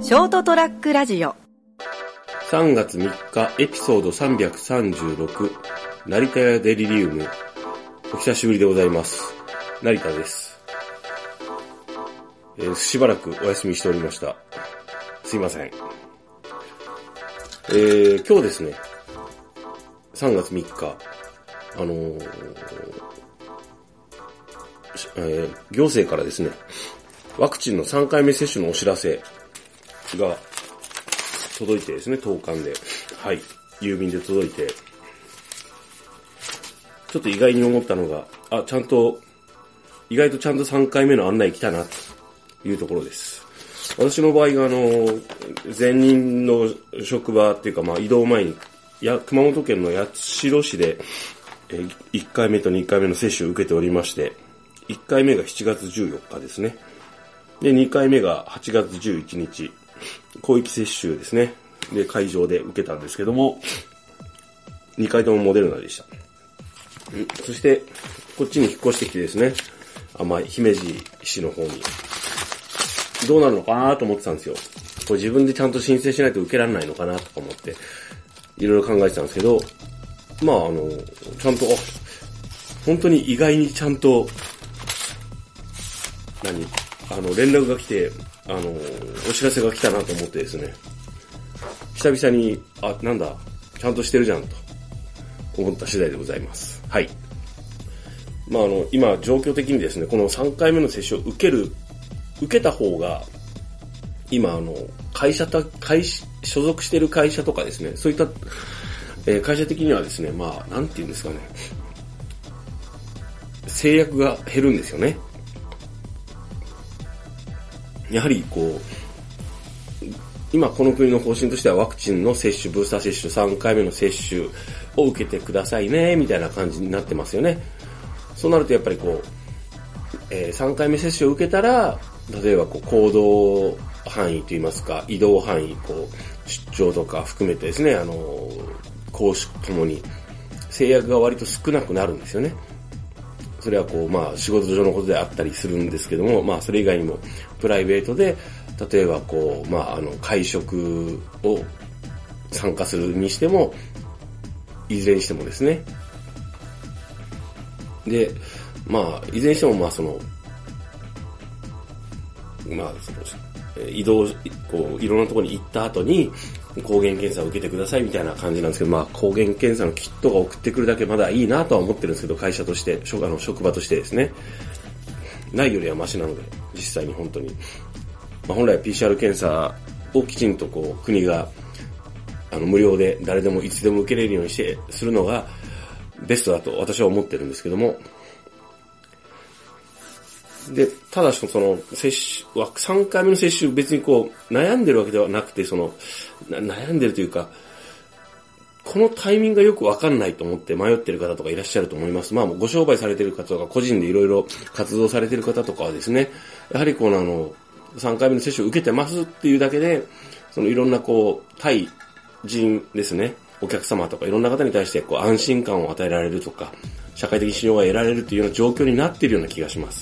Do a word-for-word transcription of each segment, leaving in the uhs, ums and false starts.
ショートトラックラジオさんがつみっかエピソードさんびゃくさんじゅうろく成田屋デリリウム。お久しぶりでございます。成田です、えー、しばらくお休みしておりました。すいません。えー、今日ですねさんがつみっかあのーえー、行政からですねワクチンのさんかいめ接種のお知らせが届いてですね、投函で、はい、郵便で届いて、ちょっと意外に思ったのが、あ、ちゃんと、意外とちゃんとさんかいめの案内来たな、というところです。私の場合が、あの、前任の職場っていうか、まあ移動前に、や、熊本県の八代市で、えいっかいめとにかいめの接種を受けておりまして、いっかいめがしちがつじゅうよっかですね。で、にかいめがはちがつじゅういちにち、広域接種ですね。で、会場で受けたんですけども、にかいともモデルナでした。そして、こっちに引っ越してきてですね、あ、まあ、姫路市の方に、どうなるのかなと思ってたんですよ。これ自分でちゃんと申請しないと受けられないのかなとか思って、いろいろ考えてたんですけど、まあ、あの、ちゃんと、あ、本当に意外にちゃんと、何あの、連絡が来て、あの、お知らせが来たなと思ってですね、久々に、あ、なんだ、ちゃんとしてるじゃんと思った次第でございます。はい。まあ、あの、今、状況的にですね、このさんかいめの接種を受ける、受けた方が、今、あの、会社た、会、所属している会社とかですね、そういった、えー、会社的にはですね、まあ、なんて言うんですかね、制約が減るんですよね。やはりこう今この国の方針としてはワクチンの接種ブースター接種さんかいめの接種を受けてくださいねみたいな感じになってますよね。そうなるとやっぱりこう、えー、さんかいめ接種を受けたら例えばこう行動範囲といいますか移動範囲こう出張とか含めてですねあの公私ともに制約が割と少なくなるんですよね。それはこうまあ仕事上のことであったりするんですけども、まあそれ以外にもプライベートで例えばこうまああの会食を参加するにしてもいずれにしてもですね。でまあいずれにしてもまあそのまあその移動こういろんなところに行った後に抗原検査を受けてくださいみたいな感じなんですけど、まあ抗原検査のキットが送ってくるだけまだいいなとは思ってるんですけど、会社として職あの職場としてですね、ないよりはマシなので実際に本当に、まあ、本来 ピーシーアール 検査をきちんとこう国があの無料で誰でもいつでも受けれるようにしてするのがベストだと私は思ってるんですけども。で、ただしその接種はさんかいめの接種別にこう悩んでるわけではなくてその悩んでるというかこのタイミングがよくわかんないと思って迷ってる方とかいらっしゃると思います。まあご商売されてる方とか個人でいろいろ活動されてる方とかはですねやはりこのあのさんかいめの接種を受けてますっていうだけでそのいろんなこう対人ですねお客様とかいろんな方に対してこう安心感を与えられるとか社会的信用が得られるというような状況になっているような気がします。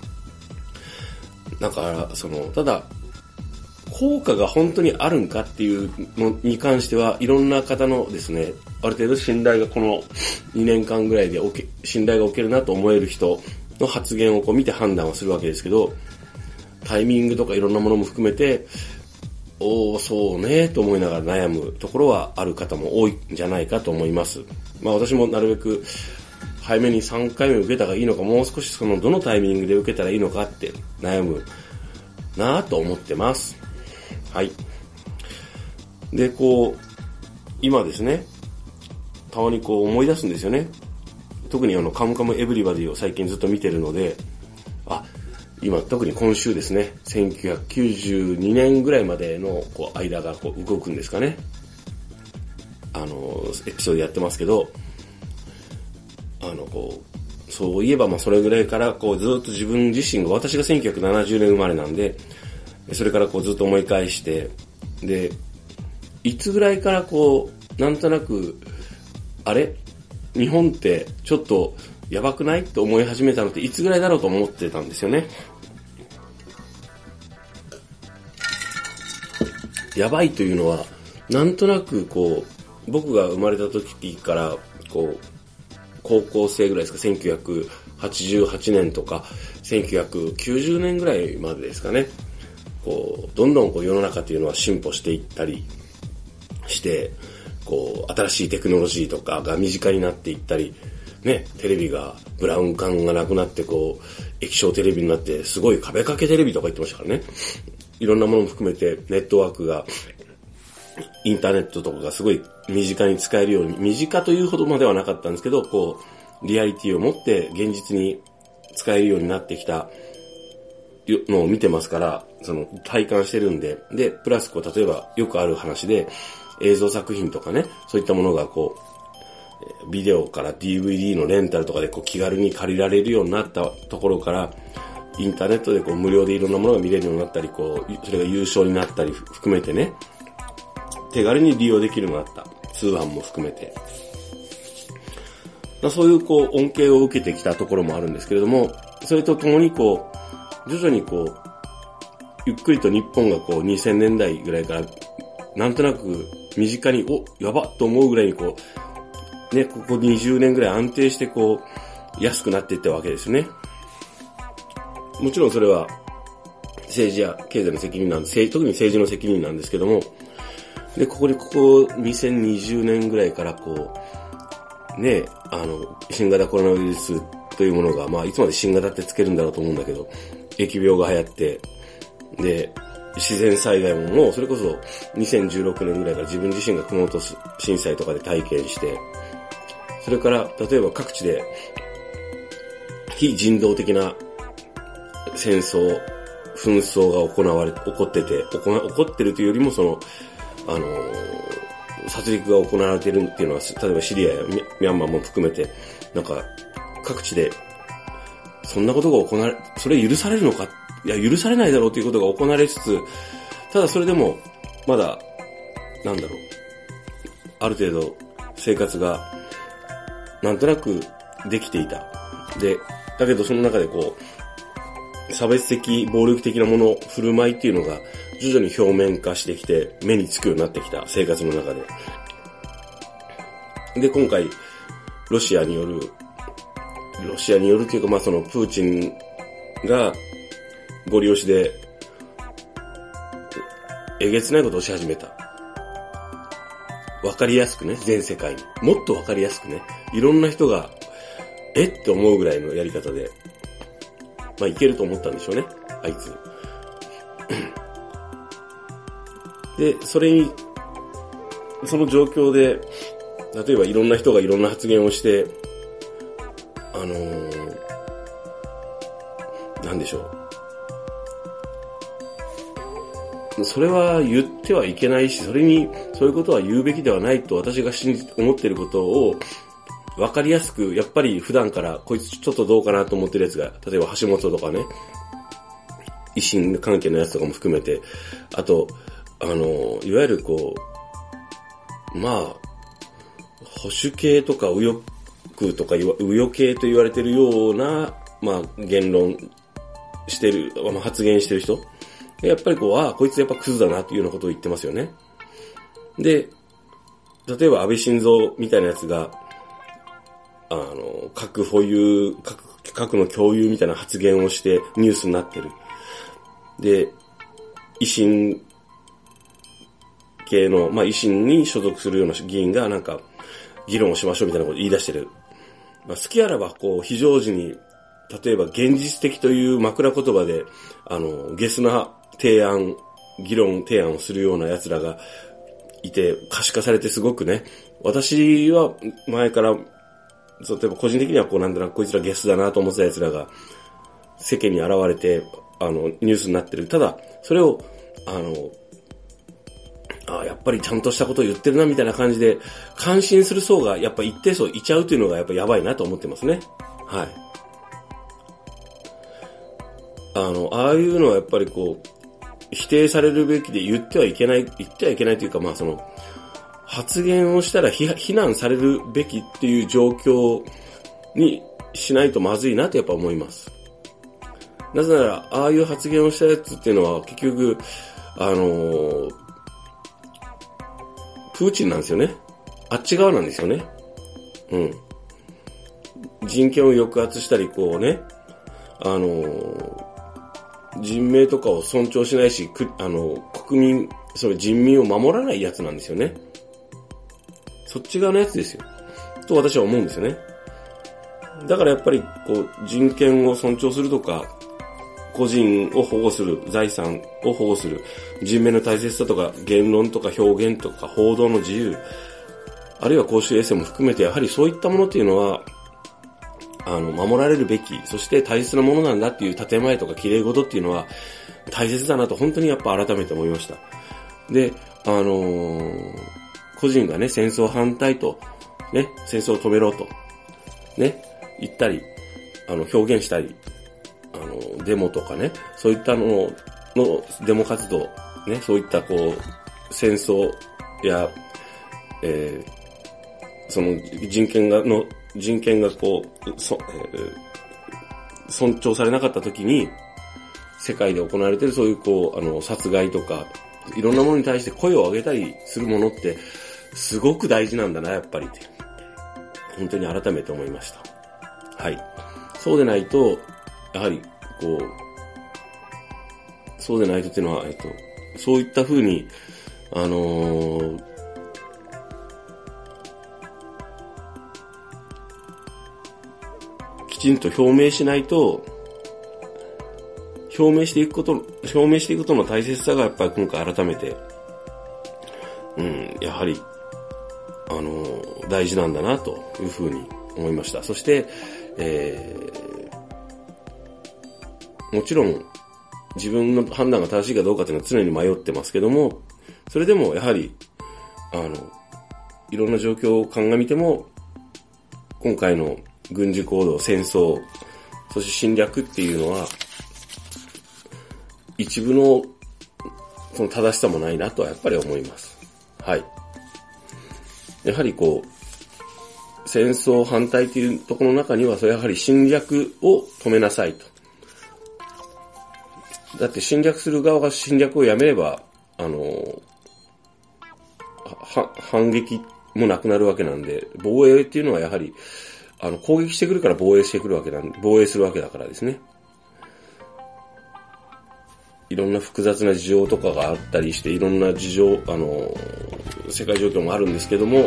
だからそのただ効果が本当にあるんかっていうのに関してはいろんな方のですねある程度信頼がこのにねんかんぐらいでおけ信頼がおけるなと思える人の発言をこう見て判断をするわけですけどタイミングとかいろんなものも含めておーそうねと思いながら悩むところはある方も多いんじゃないかと思います。まあ私もなるべく早めにさんかいめ受けた方がいいのかもう少しそのどのタイミングで受けたらいいのかって悩むなぁと思ってます。はい。で、こう、今ですね、たまにこう思い出すんですよね。特にあの、カムカムエブリバディを最近ずっと見てるので、あ、今特に今週ですね、せんきゅうひゃくきゅうじゅうにねんぐらいまでのこう間がこう動くんですかね。あの、エピソードやってますけど、あの、こう、そういえばまあそれぐらいからこうずっと自分自身が、私がせんきゅうひゃくななじゅうねん生まれなんで、それからこうずっと思い返して、で、いつぐらいからこう、なんとなく、あれ日本ってちょっとやばくないと思い始めたのっていつぐらいだろうと思ってたんですよね。 やばいというのは、なんとなくこう、僕が生まれた時から、こう、高校生ぐらいですか、せんきゅうひゃくはちじゅうはちねんとか、せんきゅうひゃくきゅうじゅうねんぐらいまでですかね。こう、どんどんこう世の中というのは進歩していったりして、こう、新しいテクノロジーとかが身近になっていったり、ね、テレビが、ブラウン管がなくなって、こう、液晶テレビになって、すごい壁掛けテレビとか言ってましたからね。いろんなものも含めて、ネットワークが、インターネットとかがすごい身近に使えるように、身近というほどまではなかったんですけど、こう、リアリティを持って現実に使えるようになってきたのを見てますから、その体感してるんで、で、プラスこう、例えばよくある話で、映像作品とかね、そういったものがこう、ビデオから ディーブイディー のレンタルとかでこう気軽に借りられるようになったところから、インターネットでこう無料でいろんなものが見れるようになったり、こう、それが有償になったり含めてね、手軽に利用できるようになった。通販も含めて。そういうこう恩恵を受けてきたところもあるんですけれども、それとともにこう、徐々にこう、ゆっくりと日本がこうにせんねんだいぐらいから、なんとなく身近に、お、やばっと思うぐらいにこう、ね、ここにじゅうねんぐらい安定してこう、安くなっていったわけですね。もちろんそれは政治や経済の責任なんです。特に政治の責任なんですけども、で、ここでここにせんにじゅうねんぐらいからこう、ね、あの、新型コロナウイルスというものが、まあ、いつまで新型ってつけるんだろうと思うんだけど、疫病が流行って、で、自然災害ももうそれこそにせんじゅうろくねんぐらいから自分自身が熊本震災とかで体験して、それから例えば各地で非人道的な戦争、紛争が行われ、起こってて、起こ、起こってるというよりもその、あのー、殺戮が行われているっていうのは、例えばシリアやミャンマーも含めて、なんか、各地で、そんなことが行われ、それ許されるのか、いや、許されないだろうということが行われつつ、ただそれでも、まだ、なんだろう、ある程度、生活が、なんとなくできていた。で、だけどその中でこう、差別的、暴力的なもの、振る舞いっていうのが、徐々に表面化してきて、目につくようになってきた生活の中で。で、今回、ロシアによる、ロシアによるというか、まあその、プーチンが、ご利用しで、えげつないことをし始めた。わかりやすくね、全世界に。もっとわかりやすくね、いろんな人が、えって思うぐらいのやり方で、まあいけると思ったんでしょうね、あいつ。で、それに、その状況で、例えばいろんな人がいろんな発言をして、あのー、なんでしょう。それは言ってはいけないし、それに、そういうことは言うべきではないと私が信じ、思っていることを、わかりやすく、やっぱり普段からこいつちょっとどうかなと思ってるやつが、例えば橋本とかね、維新関係のやつとかも含めて、あと、あの、いわゆるこう、まあ、保守系とか右翼とか右翼系と言われてるような、まあ、言論してる、まあ、発言してる人。やっぱりこう、ああ、こいつやっぱクズだなっていうようなことを言ってますよね。で、例えば安倍晋三みたいなやつが、あの、核保有、核、核の共有みたいな発言をしてニュースになってる。で、維新系の、まあ維新に所属するような議員がなんか、議論をしましょうみたいなことを言い出してる。まあ、好きあらば、こう、非常時に、例えば現実的という枕言葉で、あの、ゲスな提案、議論提案をするような奴らがいて、可視化されてすごくね、私は前から、例えば個人的にはこうなんだな、こいつらゲスだなと思ってた奴らが、世間に現れて、あの、ニュースになってる。ただ、それを、あの、あやっぱりちゃんとしたことを言ってるなみたいな感じで感心する層がやっぱ一定層いちゃうというのがやっぱやばいなと思ってますね。はい。あの、ああいうのはやっぱりこう、否定されるべきで言ってはいけない、言ってはいけないというかまあその、発言をしたら非難されるべきっていう状況にしないとまずいなとやっぱ思います。なぜなら、ああいう発言をしたやつっていうのは結局、あのー、 プーチンなんですよね。あっち側なんですよね。うん。人権を抑圧したり、こうね、あのー、人命とかを尊重しないし、あの、国民、それ人民を守らないやつなんですよね。そっち側のやつですよ。と私は思うんですよね。だからやっぱり、こう、人権を尊重するとか、個人を保護する、財産を保護する、人命の大切さとか、言論とか表現とか、報道の自由、あるいは公衆衛生も含めて、やはりそういったものっていうのは、あの、守られるべき、そして大切なものなんだっていう建前とか綺麗事っていうのは、大切だなと本当にやっぱ改めて思いました。で、あのー、個人がね、戦争反対と、ね、戦争を止めろと、ね、言ったり、あの、表現したり、あの、デモとかね、そういったのの、デモ活動、ね、そういったこう、戦争や、えー、その人権が、の、人権がこう、そ、えー、尊重されなかった時に、世界で行われているそういうこう、あの、殺害とか、いろんなものに対して声を上げたりするものって、すごく大事なんだな、やっぱりって。本当に改めて思いました。はい。そうでないと、やはり、こう、そうでないとっていうのは、えっと、そういった風に、あのー、きちんと表明しないと、表明していくこと、表明していくことの大切さがやっぱり今回改めて、うん、やはり、あのー、大事なんだなというふうに思いました。そして、えー、もちろん自分の判断が正しいかどうかというのは常に迷ってますけども、それでもやはり、あの、いろんな状況を鑑みても、今回の軍事行動、戦争、そして侵略っていうのは、一部のその正しさもないなとはやっぱり思います。はい。やはりこう、戦争反対というところの中には、それやはり侵略を止めなさいと。だって侵略する側が侵略をやめれば、あの、は、反撃もなくなるわけなんで、防衛っていうのはやはり、あの、攻撃してくるから防衛してくるわけなんで、防衛するわけだからですね。いろんな複雑な事情とかがあったりして、いろんな事情、あの、世界状況もあるんですけども、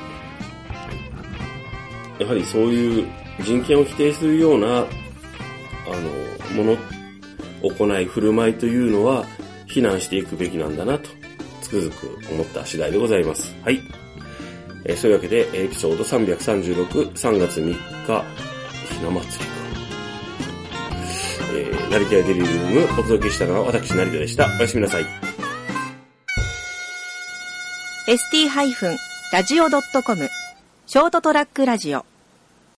やはりそういう人権を否定するような、あの、もの、行い、振る舞いというのは、非難していくべきなんだなと、つくづく思った次第でございます。はい。えー、そういうわけで、エピソードさんびゃくさんじゅうろく、さんがつみっか、ひな祭りか。えー、成田やデリリウム、お届けしたのは私、成田でした。おやすみなさい。 エスティー ラジオ ドットコム ショートトラックラジオ